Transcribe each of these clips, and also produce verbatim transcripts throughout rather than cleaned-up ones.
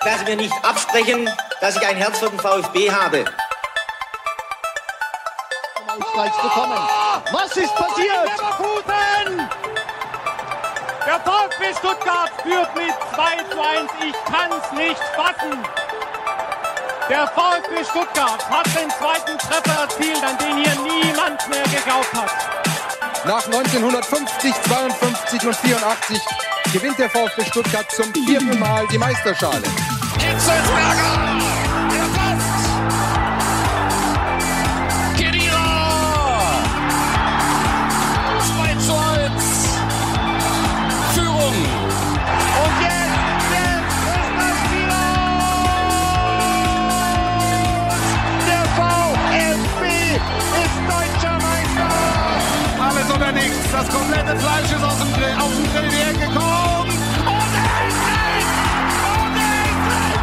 dass Sie mir nicht absprechen, dass ich ein Herz für den VfB habe. Was ist passiert? Leverkusen! Der VfB Stuttgart führt mit zwei zu eins. Ich kann's nicht fassen. Der VfB Stuttgart hat den zweiten Treffer erzielt, an den hier niemand mehr geglaubt hat. Nach neunzehnhundertfünfzig, zweiundfünfzig und vierundachtzig gewinnt der VfB Stuttgart zum vierten Mal die Meisterschale. Hitzelsberger! Der passt! Khedira! zwei zu eins! Führung! Und jetzt, jetzt ist das Spiel aus! Der VfB ist deutscher Meister! Alles oder nichts, das komplette Fleisch ist aus dem Grill, auf dem Grill die Ecke gekommen! Und endlich! Und endlich!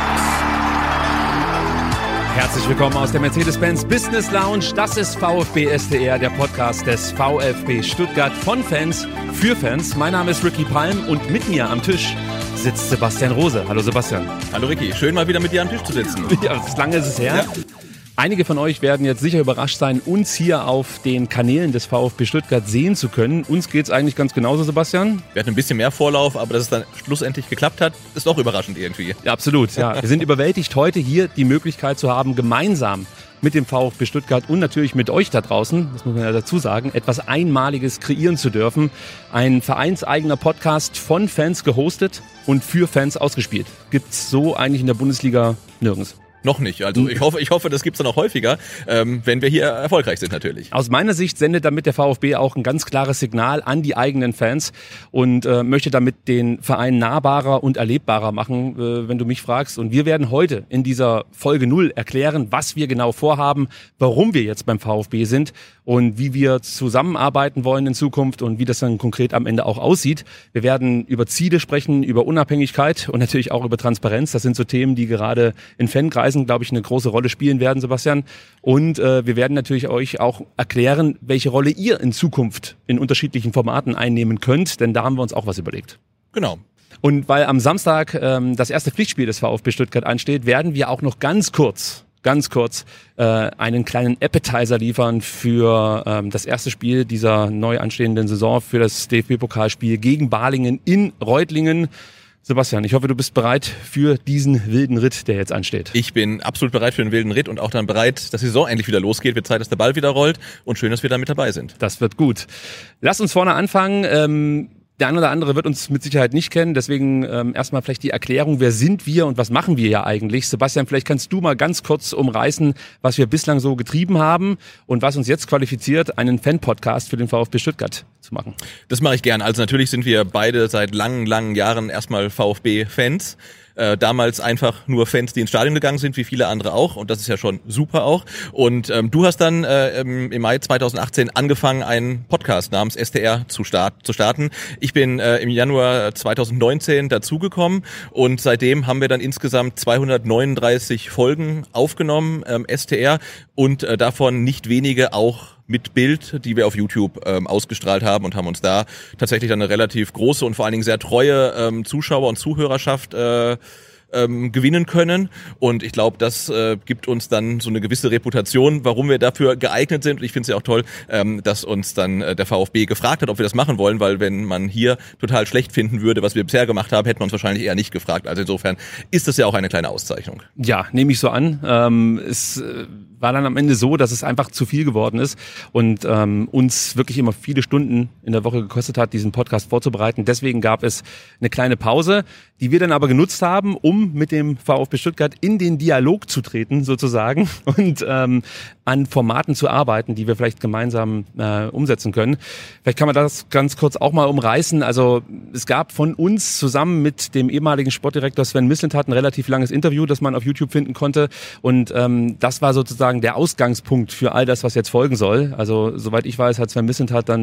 Herzlich willkommen aus der Mercedes-Benz Business Lounge. Das ist VfB S D R, der Podcast des VfB Stuttgart von Fans für Fans. Mein Name ist Ricky Palm und mit mir am Tisch sitzt Sebastian Rose. Hallo Sebastian. Hallo Ricky, schön mal wieder mit dir am Tisch zu sitzen. Ja, lange ist es her. Ja. Einige von euch werden jetzt sicher überrascht sein, uns hier auf den Kanälen des VfB Stuttgart sehen zu können. Uns geht's eigentlich ganz genauso, Sebastian. Wir hatten ein bisschen mehr Vorlauf, aber dass es dann schlussendlich geklappt hat, ist doch überraschend irgendwie. Ja, absolut, ja. Wir sind überwältigt, heute hier die Möglichkeit zu haben, gemeinsam mit dem VfB Stuttgart und natürlich mit euch da draußen, das muss man ja dazu sagen, etwas Einmaliges kreieren zu dürfen. Ein vereinseigener Podcast von Fans gehostet und für Fans ausgespielt. Gibt's so eigentlich in der Bundesliga nirgends. Noch nicht. Also ich hoffe, ich hoffe, das gibt's dann auch häufiger, ähm, wenn wir hier erfolgreich sind natürlich. Aus meiner Sicht sendet damit der VfB auch ein ganz klares Signal an die eigenen Fans und äh, möchte damit den Verein nahbarer und erlebbarer machen, äh, wenn du mich fragst. Und wir werden heute in dieser Folge null erklären, was wir genau vorhaben, warum wir jetzt beim VfB sind und wie wir zusammenarbeiten wollen in Zukunft und wie das dann konkret am Ende auch aussieht. Wir werden über Ziele sprechen, über Unabhängigkeit und natürlich auch über Transparenz. Das sind so Themen, die gerade in Fankreisen, glaube ich, eine große Rolle spielen werden, Sebastian. Und äh, wir werden natürlich euch auch erklären, welche Rolle ihr in Zukunft in unterschiedlichen Formaten einnehmen könnt, denn da haben wir uns auch was überlegt. Genau. Und weil am Samstag ähm, das erste Pflichtspiel des VfB Stuttgart ansteht, werden wir auch noch ganz kurz ganz kurz äh, einen kleinen Appetizer liefern für ähm, das erste Spiel dieser neu anstehenden Saison, für das D F B-Pokalspiel gegen Balingen in Reutlingen. Sebastian, ich hoffe, du bist bereit für diesen wilden Ritt, der jetzt ansteht. Ich bin absolut bereit für den wilden Ritt und auch dann bereit, dass die Saison endlich wieder losgeht. Wird Zeit, dass der Ball wieder rollt und schön, dass wir da mit dabei sind. Das wird gut. Lass uns vorne anfangen. Ähm, Der eine oder andere wird uns mit Sicherheit nicht kennen, deswegen ähm, erstmal vielleicht die Erklärung, wer sind wir und was machen wir ja eigentlich? Sebastian, vielleicht kannst du mal ganz kurz umreißen, was wir bislang so getrieben haben und was uns jetzt qualifiziert, einen Fan-Podcast für den VfB Stuttgart zu machen. Das mache ich gern. Also natürlich sind wir beide seit langen, langen Jahren erstmal VfB-Fans. Äh, damals einfach nur Fans, die ins Stadion gegangen sind, wie viele andere auch. Und das ist ja schon super auch. Und ähm, du hast dann äh, im, im Mai zweitausendachtzehn angefangen, einen Podcast namens S D R zu, start, zu starten. Ich bin äh, im Januar zweitausendneunzehn dazugekommen und seitdem haben wir dann insgesamt zweihundertneununddreißig Folgen aufgenommen, ähm, S T R, und äh, davon nicht wenige auch mit Bild, die wir auf YouTube ähm, ausgestrahlt haben und haben uns da tatsächlich dann eine relativ große und vor allen Dingen sehr treue ähm, Zuschauer- und Zuhörerschaft äh, ähm, gewinnen können. Und ich glaube, das äh, gibt uns dann so eine gewisse Reputation, warum wir dafür geeignet sind. Und ich finde es ja auch toll, ähm, dass uns dann äh, der VfB gefragt hat, ob wir das machen wollen, weil wenn man hier total schlecht finden würde, was wir bisher gemacht haben, hätte man uns wahrscheinlich eher nicht gefragt. Also insofern ist das ja auch eine kleine Auszeichnung. Ja, nehme ich so an. Ähm, es äh war dann am Ende so, dass es einfach zu viel geworden ist und ähm, uns wirklich immer viele Stunden in der Woche gekostet hat, diesen Podcast vorzubereiten. Deswegen gab es eine kleine Pause, die wir dann aber genutzt haben, um mit dem VfB Stuttgart in den Dialog zu treten sozusagen und ähm, an Formaten zu arbeiten, die wir vielleicht gemeinsam äh, umsetzen können. Vielleicht kann man das ganz kurz auch mal umreißen. Also es gab von uns zusammen mit dem ehemaligen Sportdirektor Sven Mislintat ein relativ langes Interview, das man auf YouTube finden konnte, und ähm, das war sozusagen der Ausgangspunkt für all das, was jetzt folgen soll. Also soweit ich weiß, hat Sven Mislintat dann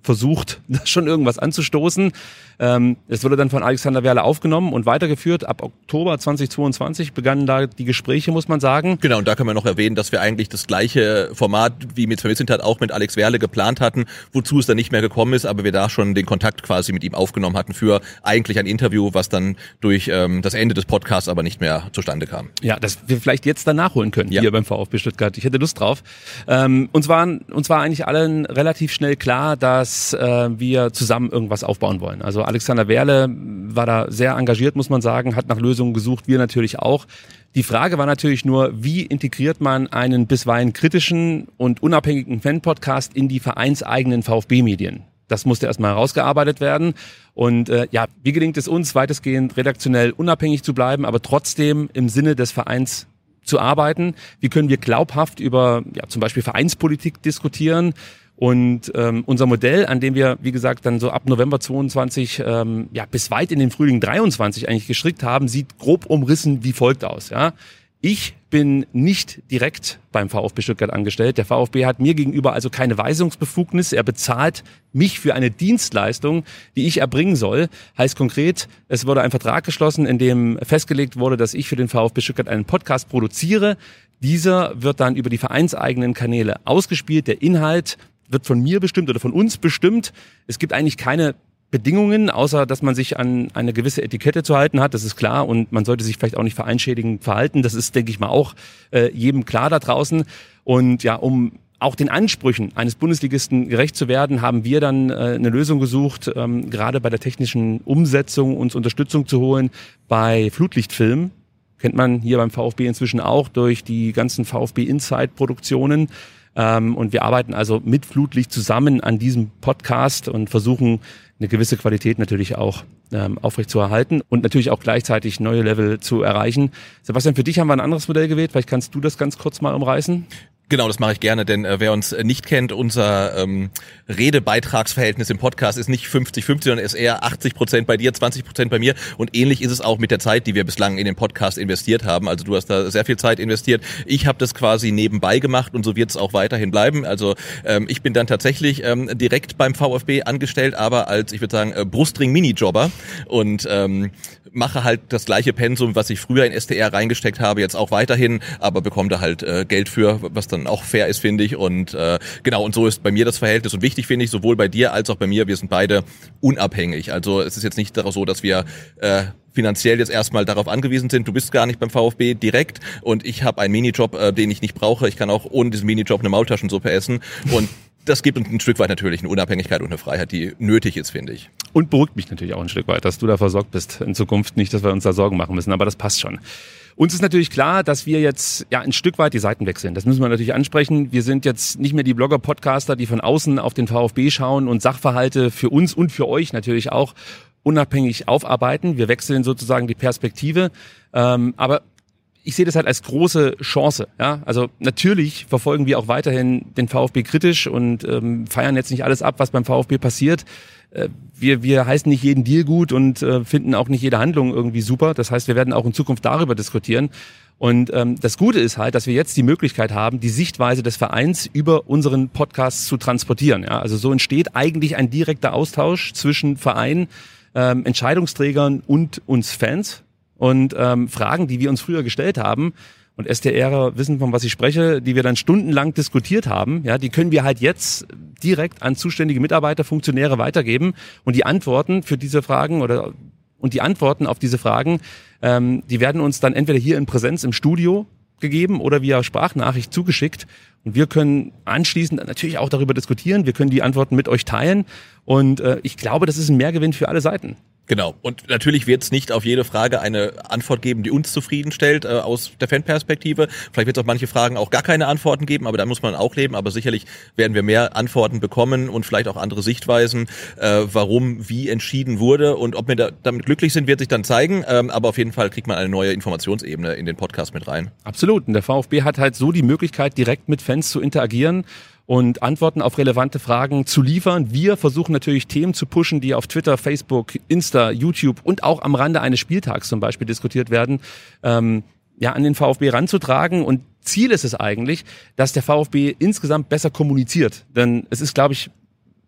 versucht, da schon irgendwas anzustoßen. Ähm, es wurde dann von Alexander Werle aufgenommen und weitergeführt. Ab Oktober zweitausendzweiundzwanzig begannen da die Gespräche, muss man sagen. Genau, und da können wir noch erwähnen, dass wir eigentlich das gleiche Format wie mit Vermissintat auch mit Alex Werle geplant hatten, wozu es dann nicht mehr gekommen ist, aber wir da schon den Kontakt quasi mit ihm aufgenommen hatten für eigentlich ein Interview, was dann durch ähm, das Ende des Podcasts aber nicht mehr zustande kam. Ja, dass wir vielleicht jetzt dann nachholen können, ja. hier beim VfB Stuttgart. Ich hätte Lust drauf. Ähm, uns, waren, uns war eigentlich allen relativ schnell klar, dass äh, wir zusammen irgendwas aufbauen wollen. Also Alexander Werle war da sehr engagiert, muss man sagen, hat nach Lösungen gesucht, wir natürlich auch. Die Frage war natürlich nur, wie integriert man einen bisweilen kritischen und unabhängigen Fan-Podcast in die vereinseigenen VfB-Medien? Das musste erstmal herausgearbeitet werden. Und äh, ja, wie gelingt es uns, weitestgehend redaktionell unabhängig zu bleiben, aber trotzdem im Sinne des Vereins zu arbeiten? Wie können wir glaubhaft über ja, zum Beispiel Vereinspolitik diskutieren? Und ähm, unser Modell, an dem wir, wie gesagt, dann so ab November zweiundzwanzig ähm, ja, bis weit in den Frühling dreiundzwanzig eigentlich gestrickt haben, sieht grob umrissen wie folgt aus. Ja, ich bin nicht direkt beim VfB Stuttgart angestellt. Der VfB hat mir gegenüber also keine Weisungsbefugnis. Er bezahlt mich für eine Dienstleistung, die ich erbringen soll. Heißt konkret, es wurde ein Vertrag geschlossen, in dem festgelegt wurde, dass ich für den VfB Stuttgart einen Podcast produziere. Dieser wird dann über die vereinseigenen Kanäle ausgespielt. Der Inhalt wird von mir bestimmt oder von uns bestimmt. Es gibt eigentlich keine Bedingungen, außer dass man sich an eine gewisse Etikette zu halten hat, das ist klar, und man sollte sich vielleicht auch nicht vereinschädigend verhalten, das ist, denke ich mal, auch äh, jedem klar da draußen. Und ja, um auch den Ansprüchen eines Bundesligisten gerecht zu werden, haben wir dann äh, eine Lösung gesucht, ähm, gerade bei der technischen Umsetzung uns Unterstützung zu holen bei Flutlichtfilm. Kennt man hier beim VfB inzwischen auch durch die ganzen VfB Inside-Produktionen. Ähm, und wir arbeiten also mit Flutlicht zusammen an diesem Podcast und versuchen eine gewisse Qualität natürlich auch ähm, aufrechtzuerhalten und natürlich auch gleichzeitig neue Level zu erreichen. Sebastian, für dich haben wir ein anderes Modell gewählt. Vielleicht kannst du das ganz kurz mal umreißen. Genau, das mache ich gerne, denn äh, wer uns äh, nicht kennt, unser ähm, Redebeitragsverhältnis im Podcast ist nicht fünfzig fünfzig, sondern ist eher achtzig Prozent bei dir, zwanzig Prozent bei mir, und ähnlich ist es auch mit der Zeit, die wir bislang in den Podcast investiert haben. Also du hast da sehr viel Zeit investiert. Ich habe das quasi nebenbei gemacht und so wird es auch weiterhin bleiben. Also ähm, ich bin dann tatsächlich ähm, direkt beim VfB angestellt, aber als, ich würde sagen, äh, Brustring-Minijobber und ähm, mache halt das gleiche Pensum, was ich früher in S T R reingesteckt habe, jetzt auch weiterhin, aber bekomme da halt äh, Geld für, was dann auch fair ist, finde ich. Und äh, genau, und so ist bei mir das Verhältnis. Und wichtig finde ich, sowohl bei dir als auch bei mir, wir sind beide unabhängig. Also es ist jetzt nicht so, dass wir äh, finanziell jetzt erstmal darauf angewiesen sind. Du bist gar nicht beim VfB direkt und ich habe einen Minijob, äh, den ich nicht brauche. Ich kann auch ohne diesen Minijob eine Maultaschensuppe essen. Und das gibt uns ein Stück weit natürlich eine Unabhängigkeit und eine Freiheit, die nötig ist, finde ich. Und beruhigt mich natürlich auch ein Stück weit, dass du da versorgt bist in Zukunft. Nicht, dass wir uns da Sorgen machen müssen, aber das passt schon. Uns ist natürlich klar, dass wir jetzt ja ein Stück weit die Seiten wechseln. Das müssen wir natürlich ansprechen. Wir sind jetzt nicht mehr die Blogger-Podcaster, die von außen auf den VfB schauen und Sachverhalte für uns und für euch natürlich auch unabhängig aufarbeiten. Wir wechseln sozusagen die Perspektive. Ähm, aber ich sehe das halt als große Chance. Ja, also natürlich verfolgen wir auch weiterhin den VfB kritisch und ähm, feiern jetzt nicht alles ab, was beim VfB passiert. Äh, wir wir heißen nicht jeden Deal gut und äh, finden auch nicht jede Handlung irgendwie super. Das heißt, wir werden auch in Zukunft darüber diskutieren. Und ähm, das Gute ist halt, dass wir jetzt die Möglichkeit haben, die Sichtweise des Vereins über unseren Podcast zu transportieren. Ja, also so entsteht eigentlich ein direkter Austausch zwischen Verein, ähm, Entscheidungsträgern und uns Fans. Und ähm, Fragen, die wir uns früher gestellt haben, und S T R'er wissen, von was ich spreche, die wir dann stundenlang diskutiert haben, ja, die können wir halt jetzt direkt an zuständige Mitarbeiter, Funktionäre weitergeben. Und die Antworten für diese Fragen oder und die Antworten auf diese Fragen, ähm, die werden uns dann entweder hier in Präsenz im Studio gegeben oder via Sprachnachricht zugeschickt. Und wir können anschließend natürlich auch darüber diskutieren. Wir können die Antworten mit euch teilen. Und äh, ich glaube, das ist ein Mehrgewinn für alle Seiten. Genau. Und natürlich wird es nicht auf jede Frage eine Antwort geben, die uns zufriedenstellt, äh, aus der Fanperspektive. Vielleicht wird es auf manche Fragen auch gar keine Antworten geben, aber da muss man auch leben. Aber sicherlich werden wir mehr Antworten bekommen und vielleicht auch andere Sichtweisen, äh, warum, wie entschieden wurde. Und ob wir da, damit glücklich sind, wird sich dann zeigen. Ähm, aber auf jeden Fall kriegt man eine neue Informationsebene in den Podcast mit rein. Absolut. Und der VfB hat halt so die Möglichkeit, direkt mit Fans zu interagieren und Antworten auf relevante Fragen zu liefern. Wir versuchen natürlich Themen zu pushen, die auf Twitter, Facebook, Insta, YouTube und auch am Rande eines Spieltags zum Beispiel diskutiert werden, ähm, ja, an den VfB ranzutragen. Und Ziel ist es eigentlich, dass der VfB insgesamt besser kommuniziert. Denn es ist, glaube ich,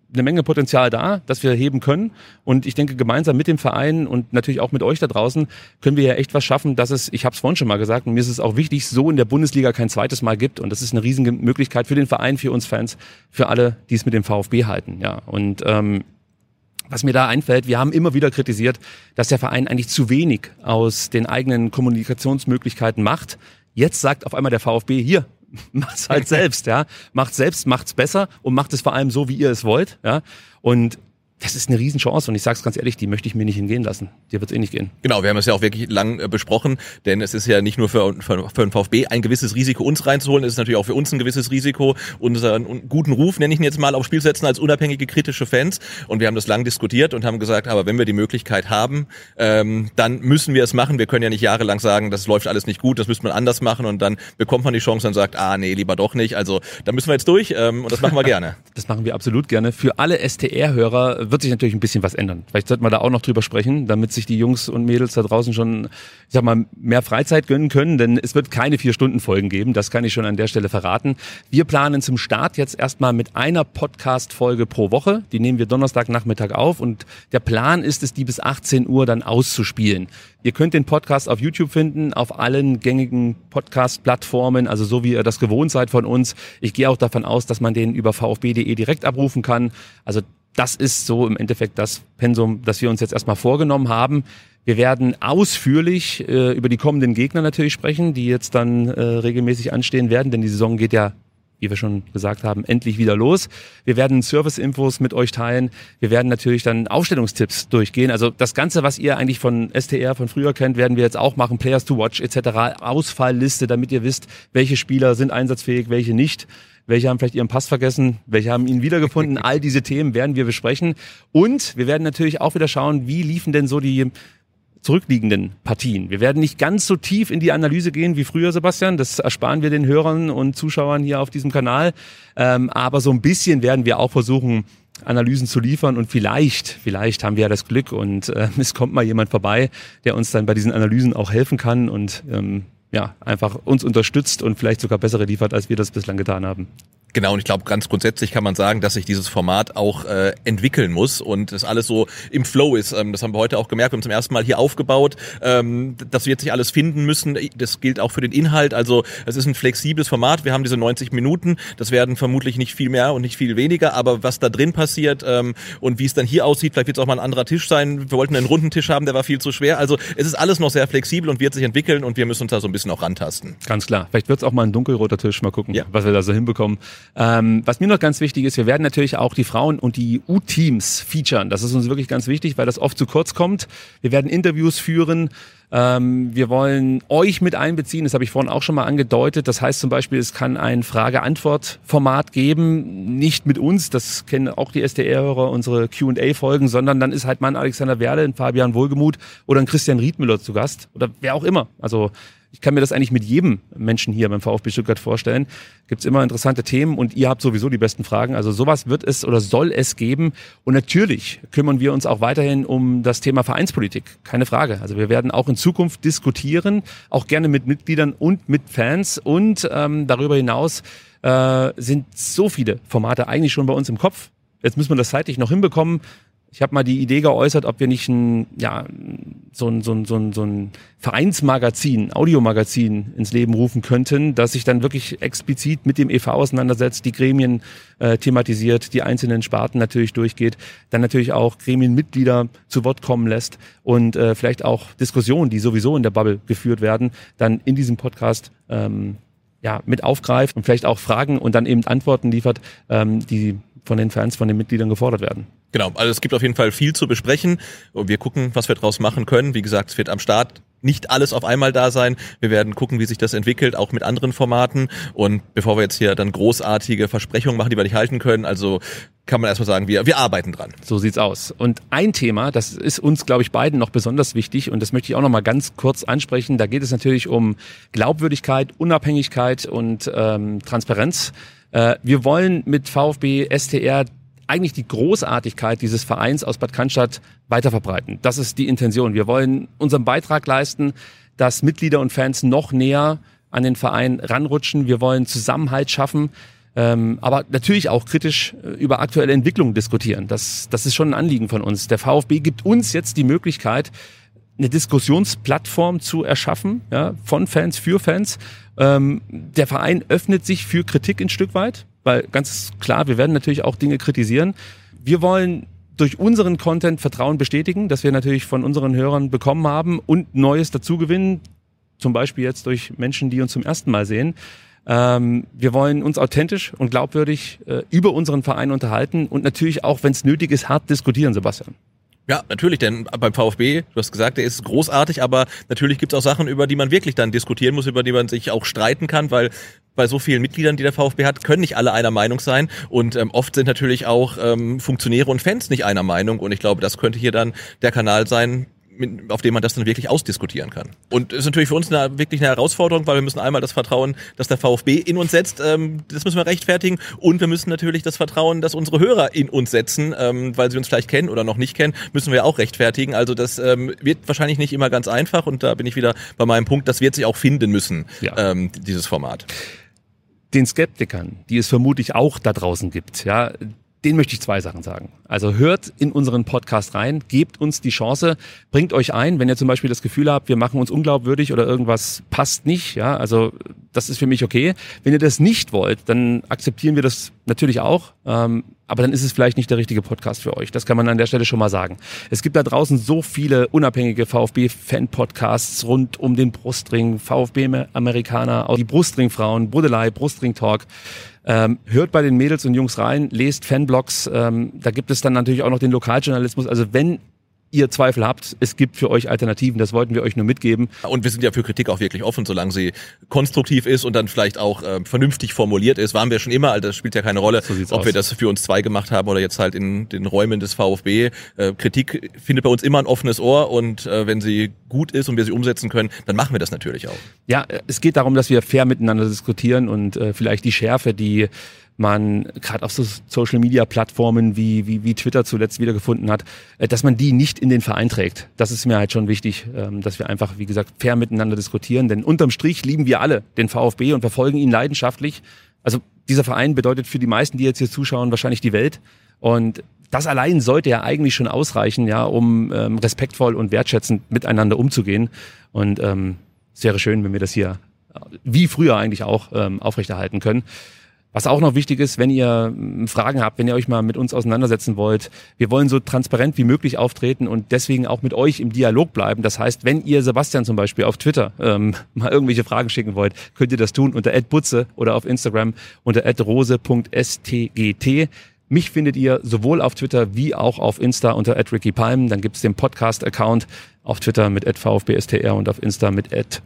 eine Menge Potenzial da, das wir heben können. Und ich denke, gemeinsam mit dem Verein und natürlich auch mit euch da draußen können wir ja echt was schaffen, dass es, ich habe es vorhin schon mal gesagt, und mir ist es auch wichtig, so in der Bundesliga kein zweites Mal gibt. Und das ist eine riesige Möglichkeit für den Verein, für uns Fans, für alle, die es mit dem VfB halten. Ja, und ähm, was mir da einfällt, wir haben immer wieder kritisiert, dass der Verein eigentlich zu wenig aus den eigenen Kommunikationsmöglichkeiten macht. Jetzt sagt auf einmal der VfB, hier, macht's halt selbst, ja. Macht's selbst, macht's besser und macht es vor allem so, wie ihr es wollt, ja. Und das ist eine Riesenchance und ich sag's ganz ehrlich, die möchte ich mir nicht entgehen lassen. Dir wird's eh nicht gehen. Genau, wir haben es ja auch wirklich lang äh, besprochen, denn es ist ja nicht nur für, für, für den VfB ein gewisses Risiko, uns reinzuholen, es ist natürlich auch für uns ein gewisses Risiko, unseren guten Ruf, nenne ich ihn jetzt mal, aufs Spiel setzen als unabhängige, kritische Fans. Und wir haben das lang diskutiert und haben gesagt, aber wenn wir die Möglichkeit haben, ähm, dann müssen wir es machen. Wir können ja nicht jahrelang sagen, das läuft alles nicht gut, das müsste man anders machen und dann bekommt man die Chance und sagt, ah nee, lieber doch nicht. Also da müssen wir jetzt durch ähm, und das machen wir gerne. Das machen wir absolut gerne. Für alle S T R-Hörer wird sich natürlich ein bisschen was ändern. Vielleicht sollten wir da auch noch drüber sprechen, damit sich die Jungs und Mädels da draußen schon, ich sag mal, mehr Freizeit gönnen können, denn es wird keine Vier-Stunden-Folgen geben, das kann ich schon an der Stelle verraten. Wir planen zum Start jetzt erstmal mit einer Podcast-Folge pro Woche, die nehmen wir Donnerstagnachmittag auf und der Plan ist es, die bis achtzehn Uhr dann auszuspielen. Ihr könnt den Podcast auf YouTube finden, auf allen gängigen Podcast-Plattformen, also so wie ihr das gewohnt seid von uns. Ich gehe auch davon aus, dass man den über VfB punkt de direkt abrufen kann. Also das ist so im Endeffekt das Pensum, das wir uns jetzt erstmal vorgenommen haben. Wir werden ausführlich äh, über die kommenden Gegner natürlich sprechen, die jetzt dann äh, regelmäßig anstehen werden, denn die Saison geht ja, wie wir schon gesagt haben, endlich wieder los. Wir werden Service-Infos mit euch teilen. Wir werden natürlich dann Aufstellungstipps durchgehen. Also das Ganze, was ihr eigentlich von S T R von früher kennt, werden wir jetzt auch machen. Players to watch et cetera. Ausfallliste, damit ihr wisst, welche Spieler sind einsatzfähig, welche nicht. Welche haben vielleicht ihren Pass vergessen, welche haben ihn wiedergefunden. All diese Themen werden wir besprechen. Und wir werden natürlich auch wieder schauen, wie liefen denn so die zurückliegenden Partien. Wir werden nicht ganz so tief in die Analyse gehen wie früher, Sebastian. Das ersparen wir den Hörern und Zuschauern hier auf diesem Kanal. Ähm, aber so ein bisschen werden wir auch versuchen, Analysen zu liefern und vielleicht, vielleicht haben wir ja das Glück und äh, es kommt mal jemand vorbei, der uns dann bei diesen Analysen auch helfen kann und ähm, ja, einfach uns unterstützt und vielleicht sogar bessere liefert, als wir das bislang getan haben. Genau, und ich glaube, ganz grundsätzlich kann man sagen, dass sich dieses Format auch äh, entwickeln muss und das alles so im Flow ist. Ähm, das haben wir heute auch gemerkt, wir haben zum ersten Mal hier aufgebaut. Ähm, das wird sich alles finden müssen. Das gilt auch für den Inhalt. Also es ist ein flexibles Format. Wir haben diese neunzig Minuten. Das werden vermutlich nicht viel mehr und nicht viel weniger. Aber was da drin passiert ähm, und wie es dann hier aussieht, vielleicht wird es auch mal ein anderer Tisch sein. Wir wollten einen runden Tisch haben, der war viel zu schwer. Also es ist alles noch sehr flexibel und wird sich entwickeln und wir müssen uns da so ein bisschen auch rantasten. Ganz klar. Vielleicht wird es auch mal ein dunkelroter Tisch. Mal gucken, ja, was wir da so hinbekommen. Ähm, was mir noch ganz wichtig ist, wir werden natürlich auch die Frauen und die U-Teams featuren. Das ist uns wirklich ganz wichtig, weil das oft zu kurz kommt. Wir werden Interviews führen. Ähm, wir wollen euch mit einbeziehen. Das habe ich vorhin auch schon mal angedeutet. Das heißt zum Beispiel, es kann ein Frage-Antwort-Format geben. Nicht mit uns, das kennen auch die S D R-Hörer, unsere Q und A-Folgen, sondern dann ist halt mal ein Alexander Werle, ein Fabian Wohlgemuth oder ein Christian Riedmüller zu Gast. Oder wer auch immer. Also ich kann mir das eigentlich mit jedem Menschen hier beim VfB Stuttgart vorstellen. Gibt's immer interessante Themen und ihr habt sowieso die besten Fragen. Also sowas wird es oder soll es geben. Und natürlich kümmern wir uns auch weiterhin um das Thema Vereinspolitik. Keine Frage. Also wir werden auch in Zukunft diskutieren, auch gerne mit Mitgliedern und mit Fans. Und ähm, darüber hinaus äh, sind so viele Formate eigentlich schon bei uns im Kopf. Jetzt müssen wir das zeitlich noch hinbekommen. Ich habe mal die Idee geäußert, ob wir nicht ein, ja, so ein, so ein, so ein, so ein Vereinsmagazin, Audiomagazin ins Leben rufen könnten, das sich dann wirklich explizit mit dem E V auseinandersetzt, die Gremien äh, thematisiert, die einzelnen Sparten natürlich durchgeht, dann natürlich auch Gremienmitglieder zu Wort kommen lässt und äh, vielleicht auch Diskussionen, die sowieso in der Bubble geführt werden, dann in diesem Podcast ähm, ja, mit aufgreift und vielleicht auch Fragen und dann eben Antworten liefert, ähm, die von den Fans, von den Mitgliedern gefordert werden. Genau, also es gibt auf jeden Fall viel zu besprechen und wir gucken, was wir draus machen können. Wie gesagt, es wird am Start nicht alles auf einmal da sein. Wir werden gucken, wie sich das entwickelt, auch mit anderen Formaten. Und bevor wir jetzt hier dann großartige Versprechungen machen, die wir nicht halten können, also kann man erstmal sagen, wir, wir arbeiten dran. So sieht's aus. Und ein Thema, das ist uns, glaube ich, beiden noch besonders wichtig und das möchte ich auch noch mal ganz kurz ansprechen. Da geht es natürlich um Glaubwürdigkeit, Unabhängigkeit und ähm, Transparenz. Äh, wir wollen mit VfB S T R eigentlich die Großartigkeit dieses Vereins aus Bad Cannstatt weiterverbreiten. Das ist die Intention. Wir wollen unseren Beitrag leisten, dass Mitglieder und Fans noch näher an den Verein ranrutschen. Wir wollen Zusammenhalt schaffen. Ähm, aber natürlich auch kritisch äh, über aktuelle Entwicklungen diskutieren. Das, das ist schon ein Anliegen von uns. Der VfB gibt uns jetzt die Möglichkeit, eine Diskussionsplattform zu erschaffen, ja, von Fans für Fans. Ähm, der Verein öffnet sich für Kritik ein Stück weit, weil ganz klar, wir werden natürlich auch Dinge kritisieren. Wir wollen durch unseren Content Vertrauen bestätigen, das wir natürlich von unseren Hörern bekommen haben und Neues dazugewinnen, zum Beispiel jetzt durch Menschen, die uns zum ersten Mal sehen. Ähm, wir wollen uns authentisch und glaubwürdig äh, über unseren Verein unterhalten und natürlich auch, wenn es nötig ist, hart diskutieren, Sebastian. Ja, natürlich, denn beim VfB, du hast gesagt, der ist großartig, aber natürlich gibt's auch Sachen, über die man wirklich dann diskutieren muss, über die man sich auch streiten kann, weil bei so vielen Mitgliedern, die der VfB hat, können nicht alle einer Meinung sein und ähm, oft sind natürlich auch ähm, Funktionäre und Fans nicht einer Meinung und ich glaube, das könnte hier dann der Kanal sein, auf dem man das dann wirklich ausdiskutieren kann. Und es ist natürlich für uns eine, wirklich eine Herausforderung, weil wir müssen einmal das Vertrauen, das der VfB in uns setzt, ähm, das müssen wir rechtfertigen und wir müssen natürlich das Vertrauen, das unsere Hörer in uns setzen, ähm, weil sie uns vielleicht kennen oder noch nicht kennen, müssen wir auch rechtfertigen. Also das ähm, wird wahrscheinlich nicht immer ganz einfach und da bin ich wieder bei meinem Punkt, das wird sich auch finden müssen, ja. ähm, dieses Format. Den Skeptikern, die es vermutlich auch da draußen gibt, ja, denen möchte ich zwei Sachen sagen. Also hört in unseren Podcast rein, gebt uns die Chance, bringt euch ein, wenn ihr zum Beispiel das Gefühl habt, wir machen uns unglaubwürdig oder irgendwas passt nicht, ja, also das ist für mich okay. Wenn ihr das nicht wollt, dann akzeptieren wir das natürlich auch, ähm, aber dann ist es vielleicht nicht der richtige Podcast für euch. Das kann man an der Stelle schon mal sagen. Es gibt da draußen so viele unabhängige VfB-Fan-Podcasts rund um den Brustring, VfB-Amerikaner, auch die Brustring-Frauen, Brudelei, Brustring-Talk. Ähm, hört bei den Mädels und Jungs rein, lest Fanblogs, ähm, da gibt es dann natürlich auch noch den Lokaljournalismus. Also wenn ihr Zweifel habt, es gibt für euch Alternativen, das wollten wir euch nur mitgeben. Und wir sind ja für Kritik auch wirklich offen, solange sie konstruktiv ist und dann vielleicht auch äh, vernünftig formuliert ist. Waren wir schon immer, also das spielt ja keine Rolle, so ob aus. wir das für uns zwei gemacht haben oder jetzt halt in den Räumen des VfB. Äh, Kritik findet bei uns immer ein offenes Ohr und äh, wenn sie gut ist und wir sie umsetzen können, dann machen wir das natürlich auch. Ja, es geht darum, dass wir fair miteinander diskutieren und äh, vielleicht die Schärfe, die man gerade auf so Social-Media-Plattformen wie, wie, wie Twitter zuletzt wiedergefunden hat, dass man die nicht in den Verein trägt. Das ist mir halt schon wichtig, dass wir einfach, wie gesagt, fair miteinander diskutieren. Denn unterm Strich lieben wir alle den VfB und verfolgen ihn leidenschaftlich. Also dieser Verein bedeutet für die meisten, die jetzt hier zuschauen, wahrscheinlich die Welt. Und das allein sollte ja eigentlich schon ausreichen, ja, um ähm, respektvoll und wertschätzend miteinander umzugehen. Und ähm, es wäre schön, wenn wir das hier, wie früher eigentlich auch, ähm, aufrechterhalten können. Was auch noch wichtig ist, wenn ihr Fragen habt, wenn ihr euch mal mit uns auseinandersetzen wollt, wir wollen so transparent wie möglich auftreten und deswegen auch mit euch im Dialog bleiben. Das heißt, wenn ihr Sebastian zum Beispiel auf Twitter ähm, mal irgendwelche Fragen schicken wollt, könnt ihr das tun unter at butze oder auf Instagram unter at rose punkt s t g t. Mich findet ihr sowohl auf Twitter wie auch auf Insta unter at ricky palm. Dann gibt es den Podcast-Account auf Twitter mit at vfbstr und auf Insta mit at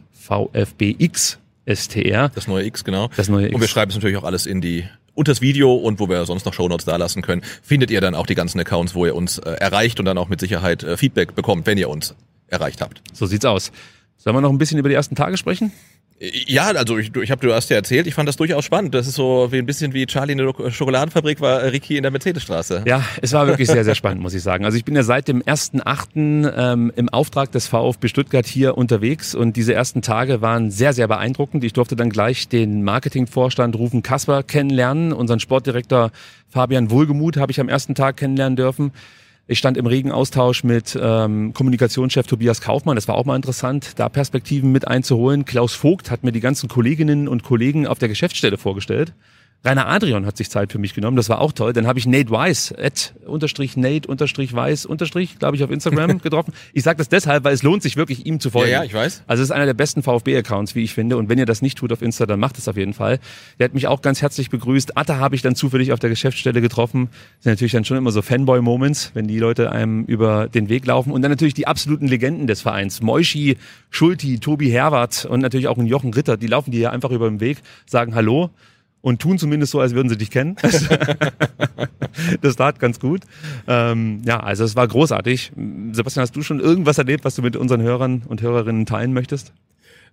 vfbx. S T R. Das neue X, genau. Das neue X. Und wir schreiben es natürlich auch alles in die unter das Video und wo wir sonst noch Shownotes da lassen können, findet ihr dann auch die ganzen Accounts, wo ihr uns äh, erreicht und dann auch mit Sicherheit äh, Feedback bekommt, wenn ihr uns erreicht habt. So sieht's aus. Sollen wir noch ein bisschen über die ersten Tage sprechen? Ja, also ich, ich habe, du hast ja erzählt, ich fand das durchaus spannend. Das ist so wie ein bisschen wie Charlie in der Schokoladenfabrik war Ricky in der Mercedesstraße. Ja, es war wirklich sehr, sehr spannend, muss ich sagen. Also ich bin ja seit dem ersten achten ähm, im Auftrag des VfB Stuttgart hier unterwegs und diese ersten Tage waren sehr, sehr beeindruckend. Ich durfte dann gleich den Marketingvorstand Rufen Kasper kennenlernen. Unseren Sportdirektor Fabian Wohlgemuth habe ich am ersten Tag kennenlernen dürfen. Ich stand im regen Austausch mit ähm, Kommunikationschef Tobias Kaufmann. Das war auch mal interessant, da Perspektiven mit einzuholen. Klaus Vogt hat mir die ganzen Kolleginnen und Kollegen auf der Geschäftsstelle vorgestellt. Rainer Adrian hat sich Zeit für mich genommen, das war auch toll. Dann habe ich Nate Weiss, at, unterstrich Nate, unterstrich Weiss, unterstrich, glaube ich, auf Instagram getroffen. Ich sage das deshalb, weil es lohnt sich wirklich, ihm zu folgen. Ja, ja, ich weiß. Also es ist einer der besten VfB-Accounts, wie ich finde. Und wenn ihr das nicht tut auf Insta, dann macht es auf jeden Fall. Der hat mich auch ganz herzlich begrüßt. Atta habe ich dann zufällig auf der Geschäftsstelle getroffen. Das sind natürlich dann schon immer so Fanboy-Moments, wenn die Leute einem über den Weg laufen. Und dann natürlich die absoluten Legenden des Vereins. Moischi, Schulti, Tobi Herwart und natürlich auch ein Jochen Ritter. Die laufen dir hier einfach über den Weg, sagen Hallo. Und tun zumindest so, als würden sie dich kennen. Das tat ganz gut. Ähm, ja, also es war großartig. Sebastian, hast du schon irgendwas erlebt, was du mit unseren Hörern und Hörerinnen teilen möchtest?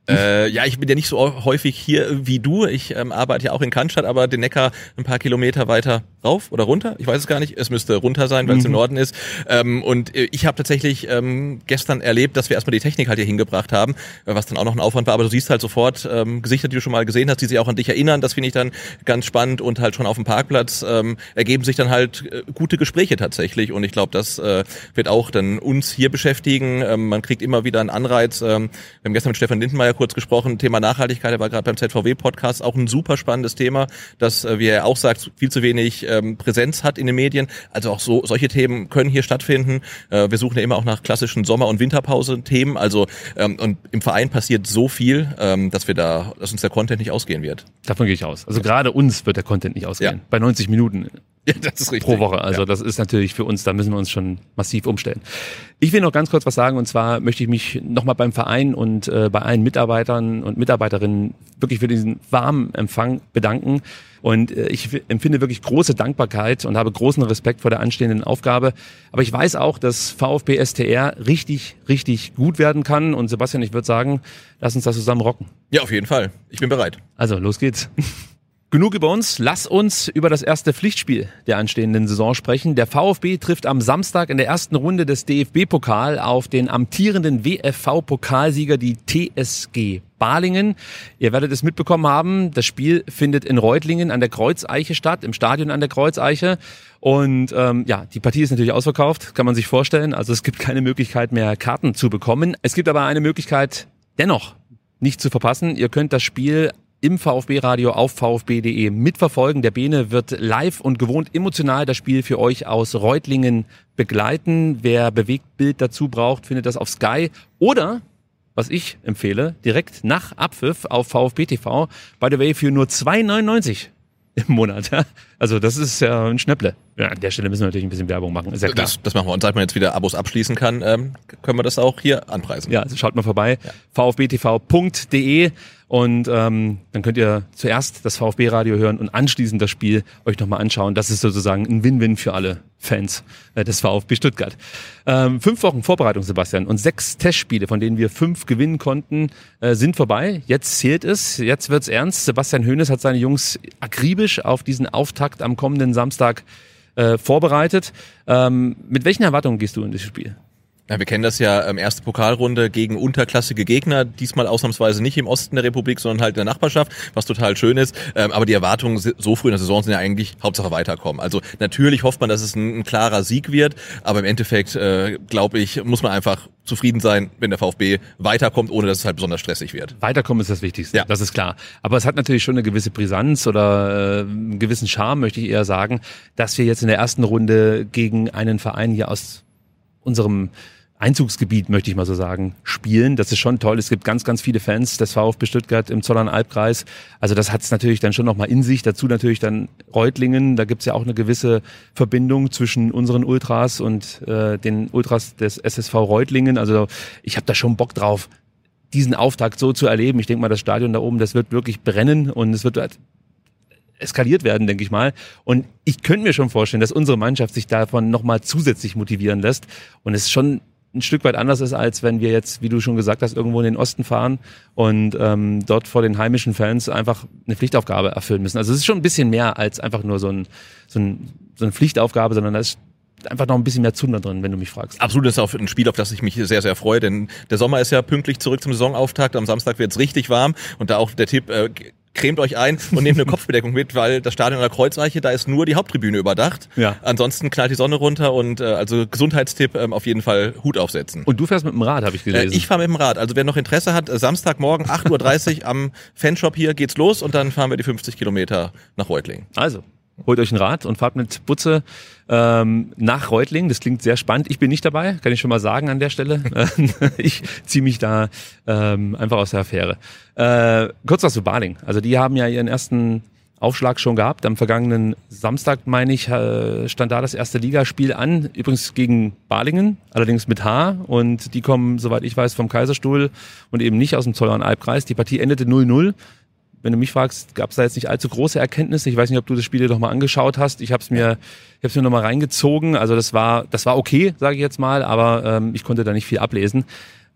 Äh, ja, ich bin ja nicht so häufig hier wie du. Ich ähm, arbeite ja auch in Cannstatt, aber den Neckar ein paar Kilometer weiter rauf oder runter. Ich weiß es gar nicht. Es müsste runter sein, weil es mhm. im Norden ist. Ähm, und ich habe tatsächlich ähm, gestern erlebt, dass wir erstmal die Technik halt hier hingebracht haben, was dann auch noch ein Aufwand war. Aber du siehst halt sofort ähm, Gesichter, die du schon mal gesehen hast, die sich auch an dich erinnern. Das finde ich dann ganz spannend. Und halt schon auf dem Parkplatz ähm, ergeben sich dann halt äh, gute Gespräche tatsächlich. Und ich glaube, das äh, wird auch dann uns hier beschäftigen. Ähm, man kriegt immer wieder einen Anreiz. Ähm, wir haben gestern mit Stefan Lindenmeier kurz gesprochen, Thema Nachhaltigkeit, der war gerade beim Z V W-Podcast, auch ein super spannendes Thema, das, äh, wie er auch sagt, viel zu wenig ähm, Präsenz hat in den Medien. Also auch so solche Themen können hier stattfinden. Äh, wir suchen ja immer auch nach klassischen Sommer- und Winterpause-Themen. Also ähm, und im Verein passiert so viel, ähm, dass wir da, dass uns der Content nicht ausgehen wird. Davon gehe ich aus. Also gerade uns wird der Content nicht ausgehen. Ja. Bei neunzig Minuten. Ja, das ist richtig. Pro Woche. Also ja. das ist natürlich für uns, da müssen wir uns schon massiv umstellen. Ich will noch ganz kurz was sagen, und zwar möchte ich mich nochmal beim Verein und äh, bei allen Mitarbeitern und Mitarbeiterinnen wirklich für diesen warmen Empfang bedanken. Und äh, ich empfinde wirklich große Dankbarkeit und habe großen Respekt vor der anstehenden Aufgabe. Aber ich weiß auch, dass VfB S T R richtig, richtig gut werden kann. Und Sebastian, ich würde sagen, lass uns das zusammen rocken. Ja, auf jeden Fall. Ich bin bereit. Also, los geht's. Genug über uns, lass uns über das erste Pflichtspiel der anstehenden Saison sprechen. Der VfB trifft am Samstag in der ersten Runde des D F B-Pokal auf den amtierenden W F V-Pokalsieger, die T S G Balingen. Ihr werdet es mitbekommen haben, das Spiel findet in Reutlingen an der Kreuzeiche statt, im Stadion an der Kreuzeiche. Und ähm, ja, die Partie ist natürlich ausverkauft, kann man sich vorstellen. Also es gibt keine Möglichkeit mehr, Karten zu bekommen. Es gibt aber eine Möglichkeit, dennoch nicht zu verpassen. Ihr könnt das Spiel im VfB-Radio auf VfB punkt de mitverfolgen. Der Bene wird live und gewohnt emotional das Spiel für euch aus Reutlingen begleiten. Wer Bewegtbild dazu braucht, findet das auf Sky oder, was ich empfehle, direkt nach Abpfiff auf VfB T V. By the way, für nur zwei neunundneunzig im Monat. Ja? Also das ist ja ein Schnäpple. Ja, an der Stelle müssen wir natürlich ein bisschen Werbung machen, ist ja klar. Das, das machen wir. Und seit man jetzt wieder Abos abschließen kann, ähm, können wir das auch hier anpreisen. Ja, also schaut mal vorbei, ja. v f b t v punkt de und ähm, dann könnt ihr zuerst das VfB-Radio hören und anschließend das Spiel euch nochmal anschauen. Das ist sozusagen ein Win-Win für alle Fans äh, des VfB Stuttgart. Ähm, fünf Wochen Vorbereitung, Sebastian, und sechs Testspiele, von denen wir fünf gewinnen konnten, äh, sind vorbei. Jetzt zählt es, jetzt wird's ernst. Sebastian Hoeneß hat seine Jungs akribisch auf diesen Auftakt am kommenden Samstag äh, vorbereitet. Ähm, mit welchen Erwartungen gehst du in das Spiel? Ja, wir kennen das ja, ähm, erste Pokalrunde gegen unterklassige Gegner, diesmal ausnahmsweise nicht im Osten der Republik, sondern halt in der Nachbarschaft, was total schön ist. Ähm, aber die Erwartungen so früh in der Saison sind ja eigentlich Hauptsache weiterkommen. Also natürlich hofft man, dass es ein, ein klarer Sieg wird, aber im Endeffekt, äh, glaube ich, muss man einfach zufrieden sein, wenn der VfB weiterkommt, ohne dass es halt besonders stressig wird. Weiterkommen ist das Wichtigste, ja. Das ist klar. Aber es hat natürlich schon eine gewisse Brisanz oder äh, einen gewissen Charme, möchte ich eher sagen, dass wir jetzt in der ersten Runde gegen einen Verein hier aus unserem Einzugsgebiet, möchte ich mal so sagen, spielen. Das ist schon toll. Es gibt ganz, ganz viele Fans des VfB Stuttgart im Zollern-Albkreis. Also das hat es natürlich dann schon nochmal in sich. Dazu natürlich dann Reutlingen. Da gibt es ja auch eine gewisse Verbindung zwischen unseren Ultras und äh, den Ultras des S S V Reutlingen. Also ich habe da schon Bock drauf, diesen Auftakt so zu erleben. Ich denke mal, das Stadion da oben, das wird wirklich brennen und es wird halt eskaliert werden, denke ich mal. Und ich könnte mir schon vorstellen, dass unsere Mannschaft sich davon nochmal zusätzlich motivieren lässt. Und es ist schon ein Stück weit anders ist, als wenn wir jetzt, wie du schon gesagt hast, irgendwo in den Osten fahren und ähm, dort vor den heimischen Fans einfach eine Pflichtaufgabe erfüllen müssen. Also es ist schon ein bisschen mehr als einfach nur so, ein, so, ein, so eine Pflichtaufgabe, sondern da ist einfach noch ein bisschen mehr Zunder drin, wenn du mich fragst. Absolut, das ist auch ein Spiel, auf das ich mich sehr, sehr freue, denn der Sommer ist ja pünktlich zurück zum Saisonauftakt. Am Samstag wird es richtig warm und da auch der Tipp, äh, cremt euch ein und nehmt eine Kopfbedeckung mit, weil das Stadion an der Kreuzeiche, da ist nur die Haupttribüne überdacht. Ja. Ansonsten knallt die Sonne runter und äh, also Gesundheitstipp, ähm, auf jeden Fall Hut aufsetzen. Und du fährst mit dem Rad, habe ich gelesen. Äh, ich fahre mit dem Rad. Also wer noch Interesse hat, äh, Samstagmorgen acht Uhr dreißig am Fanshop hier geht's los und dann fahren wir die fünfzig Kilometer nach Reutlingen. Also, holt euch ein Rad und fahrt mit Butze ähm, nach Reutlingen. Das klingt sehr spannend. Ich bin nicht dabei, kann ich schon mal sagen an der Stelle. Ich ziehe mich da ähm, einfach aus der Affäre. Äh, kurz was zu Balingen. Also die haben ja ihren ersten Aufschlag schon gehabt. Am vergangenen Samstag, meine ich, äh, stand da das erste Ligaspiel an. Übrigens gegen Balingen, allerdings mit H. Und die kommen, soweit ich weiß, vom Kaiserstuhl und eben nicht aus dem Zollern-Albkreis. Die Partie endete null null. Wenn du mich fragst, gab es da jetzt nicht allzu große Erkenntnisse. Ich weiß nicht, ob du das Spiel dir noch mal angeschaut hast. Ich habe es mir, ich habe es mir noch mal reingezogen. Also das war, das war okay, sage ich jetzt mal, aber ähm, ich konnte da nicht viel ablesen.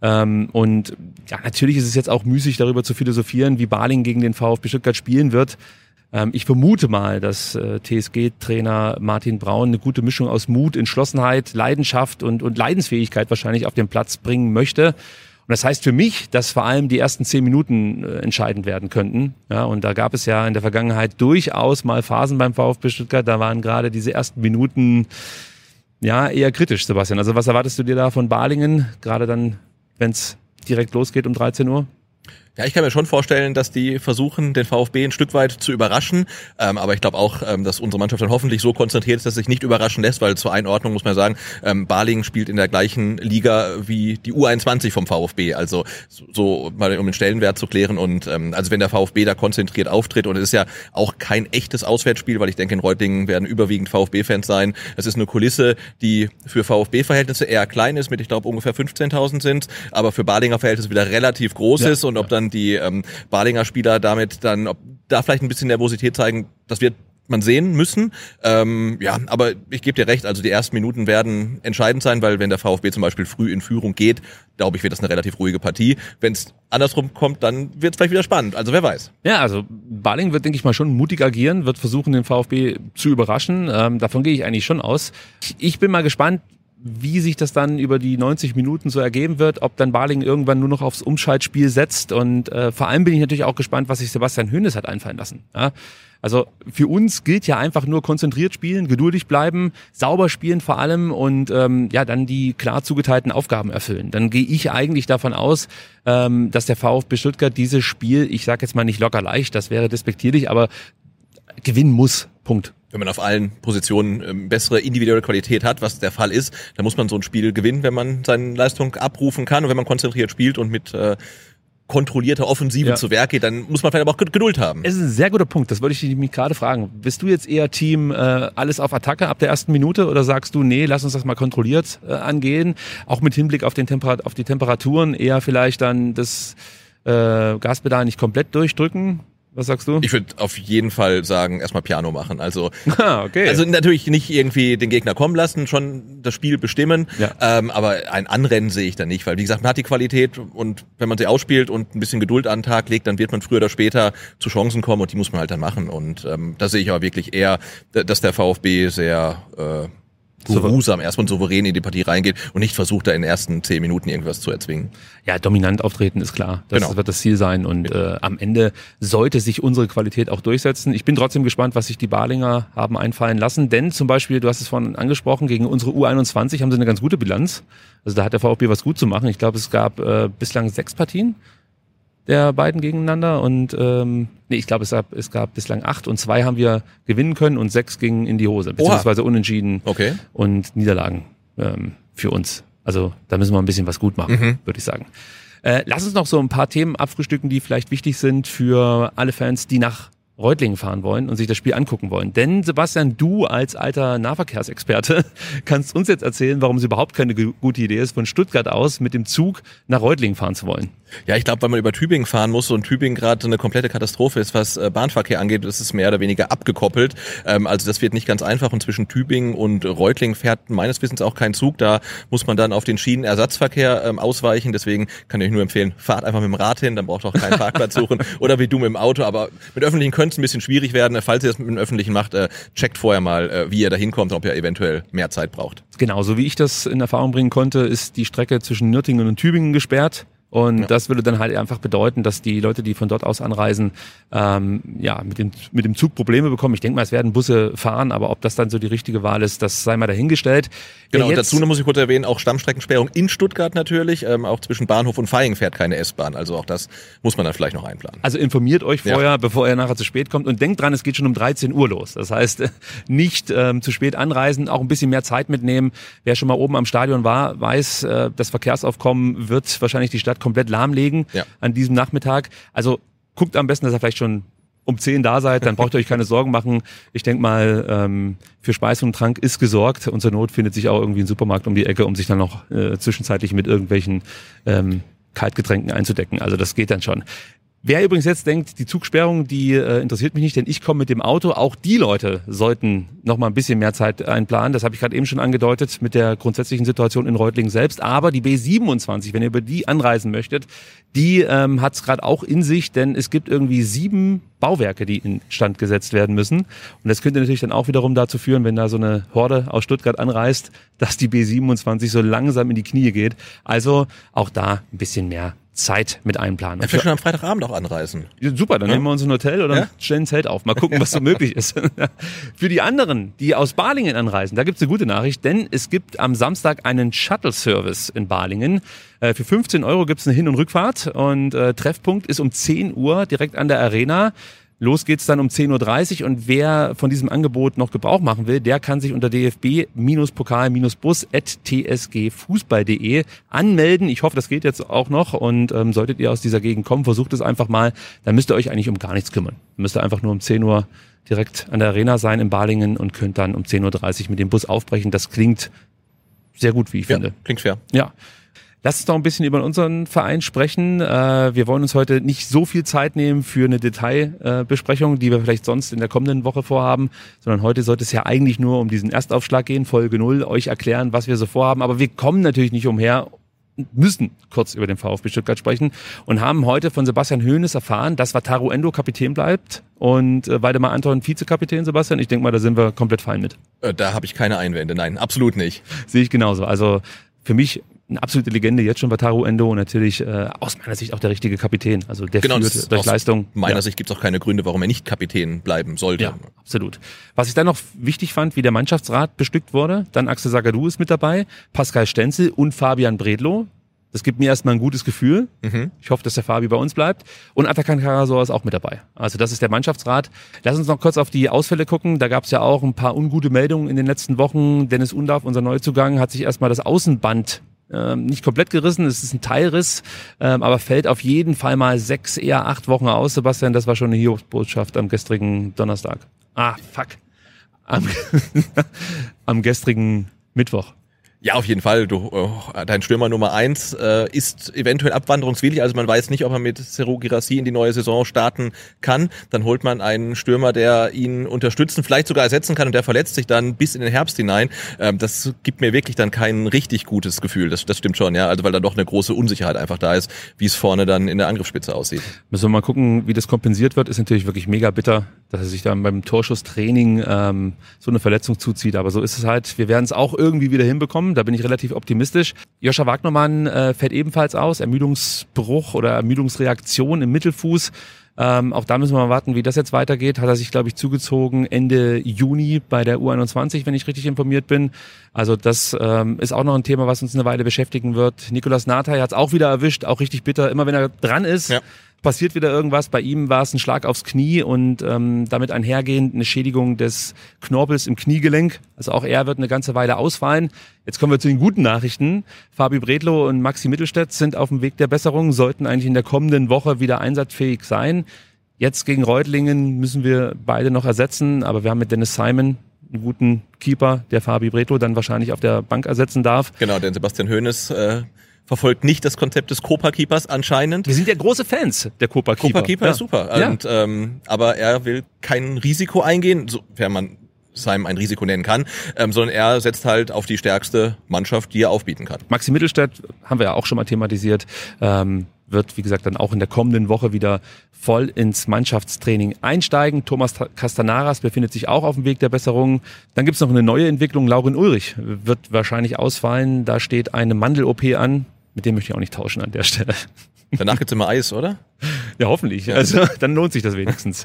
Ähm, und ja, natürlich ist es jetzt auch müßig, darüber zu philosophieren, wie Balingen gegen den VfB Stuttgart spielen wird. Ähm, ich vermute mal, dass äh, T S G-Trainer Martin Braun eine gute Mischung aus Mut, Entschlossenheit, Leidenschaft und, und Leidensfähigkeit wahrscheinlich auf den Platz bringen möchte. Und das heißt für mich, dass vor allem die ersten zehn Minuten äh, entscheidend werden könnten. Ja, und da gab es ja in der Vergangenheit durchaus mal Phasen beim VfB Stuttgart. Da waren gerade diese ersten Minuten ja eher kritisch, Sebastian. Also was erwartest du dir da von Balingen? Gerade dann, wenn es direkt losgeht um dreizehn Uhr? Ja, ich kann mir schon vorstellen, dass die versuchen, den VfB ein Stück weit zu überraschen. Ähm, aber ich glaube auch, ähm, dass unsere Mannschaft dann hoffentlich so konzentriert ist, dass sich nicht überraschen lässt, weil zur Einordnung muss man sagen, ähm, Balingen spielt in der gleichen Liga wie die U einundzwanzig vom VfB. Also so mal um den Stellenwert zu klären. Und ähm, also wenn der VfB da konzentriert auftritt, und es ist ja auch kein echtes Auswärtsspiel, weil ich denke, in Reutlingen werden überwiegend VfB-Fans sein. Es ist eine Kulisse, die für VfB-Verhältnisse eher klein ist, mit ich glaube ungefähr fünfzehntausend sind, aber für Balinger Verhältnisse wieder relativ groß ja. ist. Und ob dann die ähm, Balinger Spieler damit dann, ob da vielleicht ein bisschen Nervosität zeigen, das wird man sehen müssen. Ähm, ja, aber ich gebe dir recht, also die ersten Minuten werden entscheidend sein, weil wenn der VfB zum Beispiel früh in Führung geht, glaube ich, wird das eine relativ ruhige Partie. Wenn es andersrum kommt, dann wird es vielleicht wieder spannend. Also wer weiß. Ja, also Balingen wird, denke ich mal, schon mutig agieren, wird versuchen, den VfB zu überraschen. Ähm, davon gehe ich eigentlich schon aus. Ich bin mal gespannt, wie sich das dann über die neunzig Minuten so ergeben wird, ob dann Balingen irgendwann nur noch aufs Umschaltspiel setzt. Und äh, vor allem bin ich natürlich auch gespannt, was sich Sebastian Hoeneß hat einfallen lassen. Ja? Also für uns gilt ja einfach nur konzentriert spielen, geduldig bleiben, sauber spielen vor allem und ähm, ja dann die klar zugeteilten Aufgaben erfüllen. Dann gehe ich eigentlich davon aus, ähm, dass der VfB Stuttgart dieses Spiel, ich sage jetzt mal nicht locker leicht, das wäre despektierlich, aber gewinnen muss. Punkt. Wenn man auf allen Positionen ähm, bessere individuelle Qualität hat, was der Fall ist, dann muss man so ein Spiel gewinnen, wenn man seine Leistung abrufen kann und wenn man konzentriert spielt und mit äh, kontrollierter Offensive ja. zu Werk geht, dann muss man vielleicht aber auch Geduld haben. Es ist ein sehr guter Punkt, das wollte ich mich gerade fragen. Bist du jetzt eher Team äh, alles auf Attacke ab der ersten Minute oder sagst du, nee, lass uns das mal kontrolliert äh, angehen, auch mit Hinblick auf, den Temper- auf die Temperaturen, eher vielleicht dann das äh, Gaspedal nicht komplett durchdrücken? Was sagst du? Ich würde auf jeden Fall sagen, erstmal Piano machen. Also, ah, okay. also natürlich nicht irgendwie den Gegner kommen lassen, schon das Spiel bestimmen. Ja. Ähm, aber ein Anrennen sehe ich da nicht, weil wie gesagt, man hat die Qualität und wenn man sie ausspielt und ein bisschen Geduld an den Tag legt, dann wird man früher oder später zu Chancen kommen und die muss man halt dann machen. Und ähm, da sehe ich aber wirklich eher, dass der VfB sehr äh, geruhsam erstmal souverän in die Partie reingeht und nicht versucht, da in den ersten zehn Minuten irgendwas zu erzwingen. Ja, dominant auftreten ist klar. Das genau. wird das Ziel sein und äh, am Ende sollte sich unsere Qualität auch durchsetzen. Ich bin trotzdem gespannt, was sich die Balinger haben einfallen lassen, denn zum Beispiel, du hast es vorhin angesprochen, gegen unsere U einundzwanzig haben sie eine ganz gute Bilanz. Also da hat der VfB was gut zu machen. Ich glaube, es gab äh, bislang sechs Partien der beiden gegeneinander und ähm, nee, ich glaube, es gab, es gab bislang acht und zwei haben wir gewinnen können und sechs gingen in die Hose, beziehungsweise unentschieden okay. und Niederlagen ähm, für uns. Also da müssen wir ein bisschen was gut machen, mhm. würde ich sagen. Äh, lass uns noch so ein paar Themen abfrühstücken, die vielleicht wichtig sind für alle Fans, die nach Reutlingen fahren wollen und sich das Spiel angucken wollen. Denn Sebastian, du als alter Nahverkehrsexperte kannst uns jetzt erzählen, warum es überhaupt keine gute Idee ist, von Stuttgart aus mit dem Zug nach Reutlingen fahren zu wollen. Ja, ich glaube, weil man über Tübingen fahren muss und Tübingen gerade eine komplette Katastrophe ist, was äh, Bahnverkehr angeht, das ist mehr oder weniger abgekoppelt. Ähm, also das wird nicht ganz einfach und zwischen Tübingen und Reutlingen fährt meines Wissens auch kein Zug. Da muss man dann auf den Schienenersatzverkehr ähm, ausweichen. Deswegen kann ich euch nur empfehlen, fahrt einfach mit dem Rad hin, dann braucht ihr auch keinen Parkplatz suchen oder wie du mit dem Auto. Aber mit Öffentlichen könnte es ein bisschen schwierig werden. Falls ihr das mit dem Öffentlichen macht, äh, checkt vorher mal, äh, wie ihr da hinkommt und ob ihr eventuell mehr Zeit braucht. Genau, so wie ich das in Erfahrung bringen konnte, ist die Strecke zwischen Nürtingen und Tübingen gesperrt. Und ja. das würde dann halt einfach bedeuten, dass die Leute, die von dort aus anreisen, ähm, ja mit dem mit dem Zug Probleme bekommen. Ich denke mal, es werden Busse fahren, aber ob das dann so die richtige Wahl ist, das sei mal dahingestellt. Genau, und dazu muss ich kurz erwähnen, auch Stammstreckensperrung in Stuttgart natürlich. Ähm, auch zwischen Bahnhof und Vaihingen fährt keine S-Bahn. Also auch das muss man dann vielleicht noch einplanen. Also informiert euch vorher, ja. bevor ihr nachher zu spät kommt. Und denkt dran, es geht schon um dreizehn Uhr los. Das heißt, nicht ähm, zu spät anreisen, auch ein bisschen mehr Zeit mitnehmen. Wer schon mal oben am Stadion war, weiß, äh, das Verkehrsaufkommen wird wahrscheinlich die Stadt komplett lahmlegen ja. an diesem Nachmittag. Also guckt am besten, dass ihr vielleicht schon um zehn da seid, dann braucht ihr euch keine Sorgen machen. Ich denke mal, ähm, für Speis und Trank ist gesorgt und zur Not findet sich auch irgendwie ein Supermarkt um die Ecke, um sich dann noch äh, zwischenzeitlich mit irgendwelchen ähm, Kaltgetränken einzudecken. Also das geht dann schon. Wer übrigens jetzt denkt, die Zugsperrung, die äh, interessiert mich nicht, denn ich komme mit dem Auto. Auch die Leute sollten noch mal ein bisschen mehr Zeit einplanen. Das habe ich gerade eben schon angedeutet mit der grundsätzlichen Situation in Reutlingen selbst. Aber die B siebenundzwanzig, wenn ihr über die anreisen möchtet, die ähm, hat es gerade auch in sich, denn es gibt irgendwie sieben Bauwerke, die instand gesetzt werden müssen. Und das könnte natürlich dann auch wiederum dazu führen, wenn da so eine Horde aus Stuttgart anreist, dass die B siebenundzwanzig so langsam in die Knie geht. Also auch da ein bisschen mehr Zeit mit einplanen. Ja, vielleicht schon am Freitagabend auch anreisen. Ja, super, dann ja. nehmen wir uns ein Hotel oder ja? stellen ein Zelt auf. Mal gucken, was so möglich ist. Für die anderen, die aus Balingen anreisen, da gibt's eine gute Nachricht, denn es gibt am Samstag einen Shuttle-Service in Balingen. Äh, für fünfzehn Euro gibt's eine Hin- und Rückfahrt und äh, Treffpunkt ist um zehn Uhr direkt an der Arena. Los geht's dann um zehn Uhr dreißig und wer von diesem Angebot noch Gebrauch machen will, der kann sich unter d f b pokal bus at t s g fußball punkt d e anmelden. Ich hoffe, das geht jetzt auch noch und ähm, solltet ihr aus dieser Gegend kommen, versucht es einfach mal. Dann müsst ihr euch eigentlich um gar nichts kümmern. Ihr müsst einfach nur um zehn Uhr direkt an der Arena sein in Balingen und könnt dann um zehn Uhr dreißig mit dem Bus aufbrechen. Das klingt sehr gut, wie ich ja, finde. Klingt fair. Ja. Lass uns doch ein bisschen über unseren Verein sprechen. Wir wollen uns heute nicht so viel Zeit nehmen für eine Detailbesprechung, die wir vielleicht sonst in der kommenden Woche vorhaben, sondern heute sollte es ja eigentlich nur um diesen Erstaufschlag gehen, Folge null, euch erklären, was wir so vorhaben. Aber wir kommen natürlich nicht umher, müssen kurz über den VfB Stuttgart sprechen und haben heute von Sebastian Hoeneß erfahren, dass Wataru Endo Kapitän bleibt und Waldemar Anton Vizekapitän. Sebastian, ich denke mal, da sind wir komplett fein mit. Da habe ich keine Einwände, nein, absolut nicht. Sehe ich genauso. Also für mich eine absolute Legende, jetzt schon Wataru Endo und natürlich äh, aus meiner Sicht auch der richtige Kapitän. Also der genau, führt durch Leistung. Aus meiner ja. Sicht gibt es auch keine Gründe, warum er nicht Kapitän bleiben sollte. Ja, absolut. Was ich dann noch wichtig fand, wie der Mannschaftsrat bestückt wurde, dann Axel Sagadou ist mit dabei, Pascal Stenzel und Fabian Bredlow. Das gibt mir erstmal ein gutes Gefühl. Mhm. Ich hoffe, dass der Fabi bei uns bleibt. Und Atakan Karasor ist auch mit dabei. Also das ist der Mannschaftsrat. Lass uns noch kurz auf die Ausfälle gucken. Da gab es ja auch ein paar ungute Meldungen in den letzten Wochen. Dennis Undav, unser Neuzugang, hat sich erstmal das Außenband Ähm, nicht komplett gerissen, es ist ein Teilriss, ähm, aber fällt auf jeden Fall mal sechs, eher acht Wochen aus. Sebastian, das war schon eine Hiobsbotschaft am gestrigen Donnerstag. Ah, fuck. Am, am gestrigen Mittwoch. Ja, auf jeden Fall. Du, äh, dein Stürmer Nummer eins äh, ist eventuell abwanderungswillig. Also man weiß nicht, ob er mit Serhou Guirassy in die neue Saison starten kann. Dann holt man einen Stürmer, der ihn unterstützen, vielleicht sogar ersetzen kann und der verletzt sich dann bis in den Herbst hinein. Ähm, das gibt mir wirklich dann kein richtig gutes Gefühl. Das, das stimmt schon, ja. Also weil da doch eine große Unsicherheit einfach da ist, wie es vorne dann in der Angriffsspitze aussieht. Müssen wir mal gucken, wie das kompensiert wird. Ist natürlich wirklich mega bitter, dass er sich dann beim Torschusstraining ähm, so eine Verletzung zuzieht. Aber so ist es halt. Wir werden es auch irgendwie wieder hinbekommen. Da bin ich relativ optimistisch. Joscha Wagnermann äh, fällt ebenfalls aus. Ermüdungsbruch oder Ermüdungsreaktion im Mittelfuß. Ähm, auch da müssen wir mal warten, wie das jetzt weitergeht. Hat er sich, glaube ich, zugezogen Ende Juni bei der U einundzwanzig, wenn ich richtig informiert bin. Also das ähm, ist auch noch ein Thema, was uns eine Weile beschäftigen wird. Nicolas Nathai hat es auch wieder erwischt. Auch richtig bitter. Immer wenn er dran ist, ja. passiert wieder irgendwas. Bei ihm war es ein Schlag aufs Knie und ähm, damit einhergehend eine Schädigung des Knorpels im Kniegelenk. Also auch er wird eine ganze Weile ausfallen. Jetzt kommen wir zu den guten Nachrichten. Fabi Bredlow und Maxi Mittelstädt sind auf dem Weg der Besserung, sollten eigentlich in der kommenden Woche wieder einsatzfähig sein. Jetzt gegen Reutlingen müssen wir beide noch ersetzen, aber wir haben mit Dennis Simon einen guten Keeper, der Fabi Bredlow dann wahrscheinlich auf der Bank ersetzen darf. Genau, denn Sebastian Hoeneß äh verfolgt nicht das Konzept des Copa-Keepers anscheinend. Wir sind ja große Fans der Copa-Keeper. Copa-Keeper ja. ist super. Ja. Und, ähm, aber er will kein Risiko eingehen, sofern man Simon ein Risiko nennen kann, ähm, sondern er setzt halt auf die stärkste Mannschaft, die er aufbieten kann. Maxi Mittelstädt haben wir ja auch schon mal thematisiert, ähm, wird, wie gesagt, dann auch in der kommenden Woche wieder voll ins Mannschaftstraining einsteigen. Thomas Castanaras befindet sich auch auf dem Weg der Besserung. Dann gibt's noch eine neue Entwicklung. Laurin Ulrich wird wahrscheinlich ausfallen. Da steht eine Mandel-O P an. Mit dem möchte ich auch nicht tauschen an der Stelle. Danach gibt's immer Eis, oder? Ja, hoffentlich. Ja. Also dann lohnt sich das wenigstens.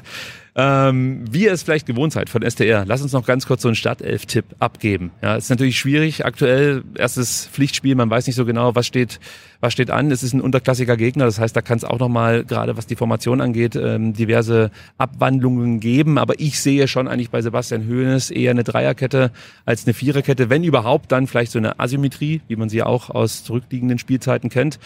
ähm, wie ihr es vielleicht gewohnt seid von S T R, lasst uns noch ganz kurz so einen Startelf-Tipp abgeben. Ja, ist natürlich schwierig. Aktuell erstes Pflichtspiel, man weiß nicht so genau, was steht, was steht an. Es ist ein unterklassiger Gegner, das heißt, da kann es auch nochmal, gerade was die Formation angeht, ähm, diverse Abwandlungen geben. Aber ich sehe schon eigentlich bei Sebastian Hoeneß eher eine Dreierkette als eine Viererkette. Wenn überhaupt, dann vielleicht so eine Asymmetrie, wie man sie auch aus zurückliegenden Spielzeiten kennt.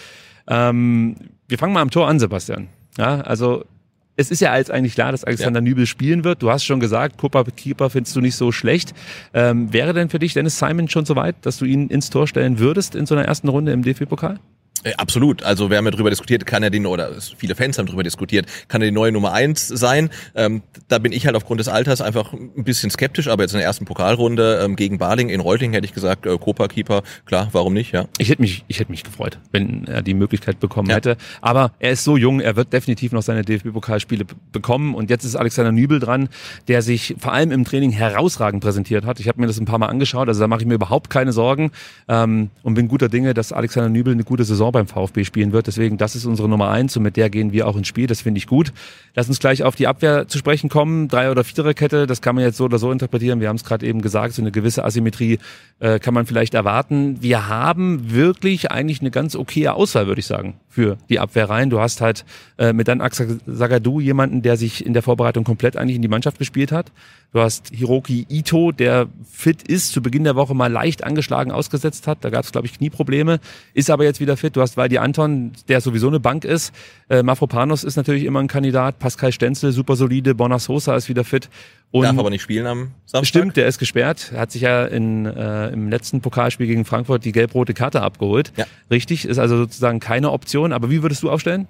Ähm, wir fangen mal am Tor an, Sebastian. Ja, also es ist ja jetzt eigentlich klar, dass Alexander ja. Nübel spielen wird. Du hast schon gesagt, Copa-Keeper findest du nicht so schlecht. Ähm, wäre denn für dich Dennis Simon schon so weit, dass du ihn ins Tor stellen würdest in so einer ersten Runde im D F B-Pokal? Äh, absolut. Also wir haben ja drüber diskutiert, kann er den, oder viele Fans haben drüber diskutiert, kann er die neue Nummer eins sein? Ähm, da bin ich halt aufgrund des Alters einfach ein bisschen skeptisch, aber jetzt in der ersten Pokalrunde ähm, gegen Baling in Reutlingen hätte ich gesagt, äh, Copa-Keeper, klar, warum nicht, ja. Ich hätte mich, ich hätte mich gefreut, wenn er die Möglichkeit bekommen Ja. hätte. Aber er ist so jung, er wird definitiv noch seine D F B-Pokalspiele b- bekommen. Und jetzt ist Alexander Nübel dran, der sich vor allem im Training herausragend präsentiert hat. Ich habe mir das ein paar Mal angeschaut, also da mache ich mir überhaupt keine Sorgen ähm, und bin guter Dinge, dass Alexander Nübel eine gute Saison beim VfB spielen wird. Deswegen, das ist unsere Nummer eins und mit der gehen wir auch ins Spiel. Das finde ich gut. Lass uns gleich auf die Abwehr zu sprechen kommen. Drei- oder Viererkette, das kann man jetzt so oder so interpretieren. Wir haben es gerade eben gesagt, so eine gewisse Asymmetrie äh, kann man vielleicht erwarten. Wir haben wirklich eigentlich eine ganz okaye Auswahl, würde ich sagen, für die Abwehrreihen. Du hast halt äh, mit Dan Zagadou jemanden, der sich in der Vorbereitung komplett eigentlich in die Mannschaft gespielt hat. Du hast Hiroki Ito, der fit ist, zu Beginn der Woche mal leicht angeschlagen ausgesetzt hat. Da gab es, glaube ich, Knieprobleme, ist aber jetzt wieder fit. Du hast Valdi Anton, der sowieso eine Bank ist. Äh, Mafropanos ist natürlich immer ein Kandidat. Pascal Stenzel, super solide. Borna Sosa ist wieder fit. Und Darf aber nicht spielen am Samstag. Stimmt, der ist gesperrt. Er hat sich ja in, äh, im letzten Pokalspiel gegen Frankfurt die gelb-rote Karte abgeholt. Ja. Richtig, ist also sozusagen keine Option. Aber wie würdest du aufstellen?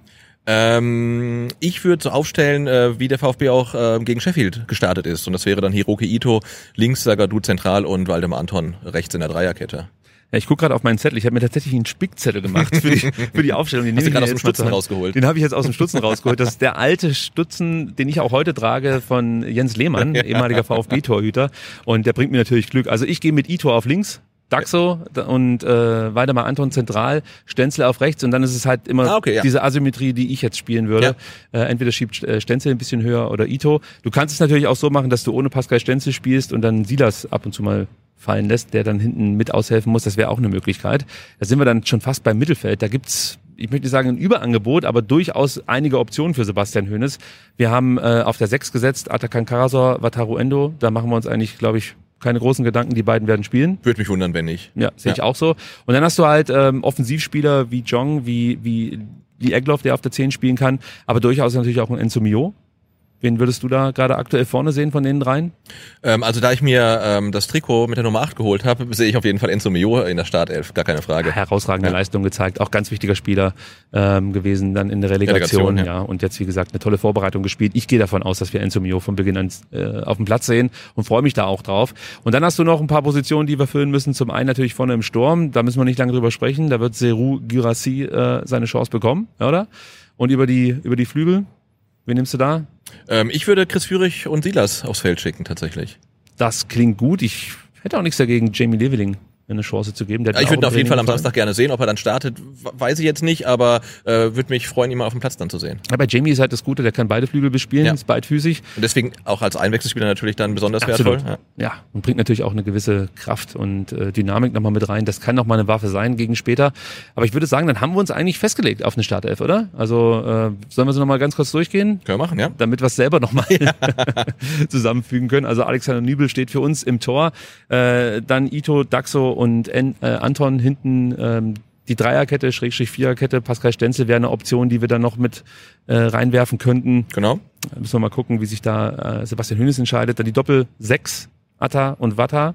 Ähm, ich würde so aufstellen, äh, wie der VfB auch äh, gegen Sheffield gestartet ist. Und das wäre dann Hiroki Ito links, Zagadou zentral und Waldemar Anton rechts in der Dreierkette. Ja, ich gucke gerade auf meinen Zettel. Ich habe mir tatsächlich einen Spickzettel gemacht für die, für die Aufstellung. Den Hast du nehme gerade ich aus mir dem jetzt mal zur Stutzen Hand. rausgeholt? Den habe ich jetzt aus dem Stutzen rausgeholt. Das ist der alte Stutzen, den ich auch heute trage, von Jens Lehmann, ehemaliger VfB-Torhüter. Und der bringt mir natürlich Glück. Also ich gehe mit Ito auf links. Daxo und äh, Waldemar Anton zentral, Stenzel auf rechts und dann ist es halt immer Ah, okay, ja. diese Asymmetrie, die ich jetzt spielen würde. Äh, entweder schiebt äh, Stenzel ein bisschen höher oder Ito. Du kannst es natürlich auch so machen, dass du ohne Pascal Stenzel spielst und dann Silas ab und zu mal fallen lässt, der dann hinten mit aushelfen muss. Das wäre auch eine Möglichkeit. Da sind wir dann schon fast beim Mittelfeld. Da gibt's, ich möchte nicht sagen ein Überangebot, aber durchaus einige Optionen für Sebastian Hoeneß. Wir haben äh, auf der sechs gesetzt Atakan Karasor, Wataru Endo. Da machen wir uns eigentlich, glaube ich, keine großen Gedanken, die beiden werden spielen. Würde mich wundern, wenn nicht. Ja, sehe Ja. ich auch so. Und dann hast du halt ähm, Offensivspieler wie Jong, wie wie wie Egloff, der auf der zehn spielen kann, aber durchaus natürlich auch ein Enzo Mio. Wen würdest du da gerade aktuell vorne sehen von den dreien? Ähm, also da ich mir ähm, das Trikot mit der Nummer acht geholt habe, sehe ich auf jeden Fall Enzo Mio in der Startelf, gar keine Frage. Herausragende Ja. Leistung gezeigt, auch ganz wichtiger Spieler ähm, gewesen dann in der Relegation. Relegation, ja. ja. Und jetzt, wie gesagt, eine tolle Vorbereitung gespielt. Ich gehe davon aus, dass wir Enzo Mio von Beginn an äh, auf dem Platz sehen und freue mich da auch drauf. Und dann hast du noch ein paar Positionen, die wir füllen müssen. Zum einen natürlich vorne im Sturm, da müssen wir nicht lange drüber sprechen. Da wird Serhou Guirassy äh, seine Chance bekommen, oder? Und über die über die Flügel, wen nimmst du da? Ähm, ich würde Chris Führig und Silas aufs Feld schicken, tatsächlich. Das klingt gut. Ich hätte auch nichts dagegen, Jamie Leveling eine Chance zu geben. Der hat Ich mir würde ihn auch auf im jeden Fall am Training Samstag gerne sehen. Ob er dann startet, weiß ich jetzt nicht, aber äh, würde mich freuen, ihn mal auf dem Platz dann zu sehen. Ja, bei Jamie ist halt das Gute, der kann beide Flügel bespielen, Ja. ist beidfüßig. Und deswegen auch als Einwechselspieler natürlich dann besonders Absolut. wertvoll. Ja. Ja, und bringt natürlich auch eine gewisse Kraft und äh, Dynamik nochmal mit rein. Das kann nochmal eine Waffe sein gegen später. Aber ich würde sagen, dann haben wir uns eigentlich festgelegt auf eine Startelf, oder? Also äh, sollen wir sie nochmal ganz kurz durchgehen? Können wir machen, ja. Damit wir es selber nochmal ja. zusammenfügen können. Also Alexander Nübel steht für uns im Tor. Äh, dann Ito, Daxo und en, äh, Anton hinten ähm, die Dreierkette, Schrägstrich Viererkette. Pascal Stenzel wäre eine Option, die wir dann noch mit äh, reinwerfen könnten. Genau. Da müssen wir mal gucken, wie sich da äh, Sebastian Hoeneß entscheidet. Dann die Doppel sechs, Atta und Watta.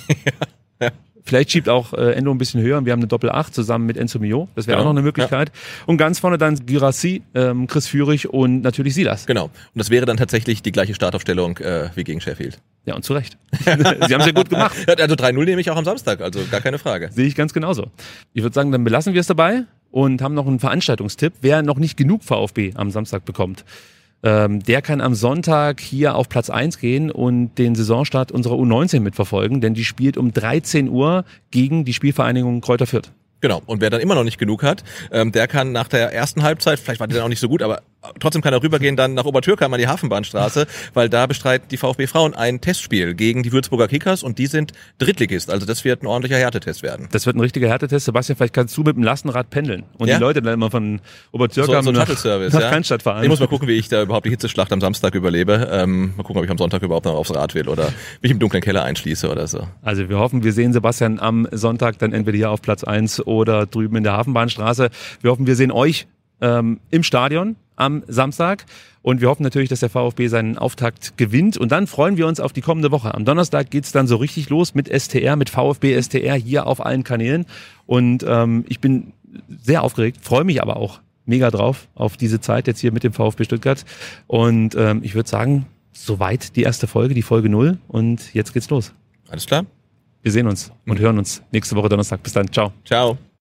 ja, ja. Vielleicht schiebt auch äh, Endo ein bisschen höher und wir haben eine Doppel acht zusammen mit Enzo Mio. Das wäre Genau. auch noch eine Möglichkeit. Ja. Und ganz vorne dann Guirassy, ähm, Chris Führig und natürlich Silas. Genau. Und das wäre dann tatsächlich die gleiche Startaufstellung äh, wie gegen Sheffield. Ja, und zu Recht. Sie haben es ja gut gemacht. Also drei null nehme ich auch am Samstag, also gar keine Frage. Sehe ich ganz genauso. Ich würde sagen, dann belassen wir es dabei und haben noch einen Veranstaltungstipp. Wer noch nicht genug VfB am Samstag bekommt, ähm, der kann am Sonntag hier auf Platz eins gehen und den Saisonstart unserer U neunzehn mitverfolgen, denn die spielt um dreizehn Uhr gegen die Spielvereinigung Kräuter Fürth. Genau. Und wer dann immer noch nicht genug hat, ähm, der kann nach der ersten Halbzeit, vielleicht war die dann auch nicht so gut, aber trotzdem kann er rübergehen dann nach Obertürkheim an die Hafenbahnstraße, weil da bestreiten die VfB Frauen ein Testspiel gegen die Würzburger Kickers und die sind Drittligist. Also das wird ein ordentlicher Härtetest werden. Das wird ein richtiger Härtetest. Sebastian, vielleicht kannst du mit dem Lastenrad pendeln und Ja? die Leute dann immer von Obertürkheim so, so ein nach, Shuttle-Service, nach ja? Cannstatt fahren. Ich muss mal gucken, wie ich da überhaupt die Hitzeschlacht am Samstag überlebe. Ähm, mal gucken, ob ich am Sonntag überhaupt noch aufs Rad will oder mich im dunklen Keller einschließe oder so. Also wir hoffen, wir sehen Sebastian am Sonntag dann entweder hier auf Platz eins oder drüben in der Hafenbahnstraße. Wir hoffen, wir sehen euch ähm, im Stadion am Samstag und wir hoffen natürlich, dass der VfB seinen Auftakt gewinnt und dann freuen wir uns auf die kommende Woche. Am Donnerstag geht's dann so richtig los mit S T R, mit VfB S T R hier auf allen Kanälen und ähm, ich bin sehr aufgeregt, freue mich aber auch mega drauf auf diese Zeit jetzt hier mit dem VfB Stuttgart. Und ähm, ich würde sagen, soweit die erste Folge, die Folge null. Und jetzt geht's los. Alles klar. Wir sehen uns und hören uns nächste Woche Donnerstag. Bis dann. Ciao. Ciao.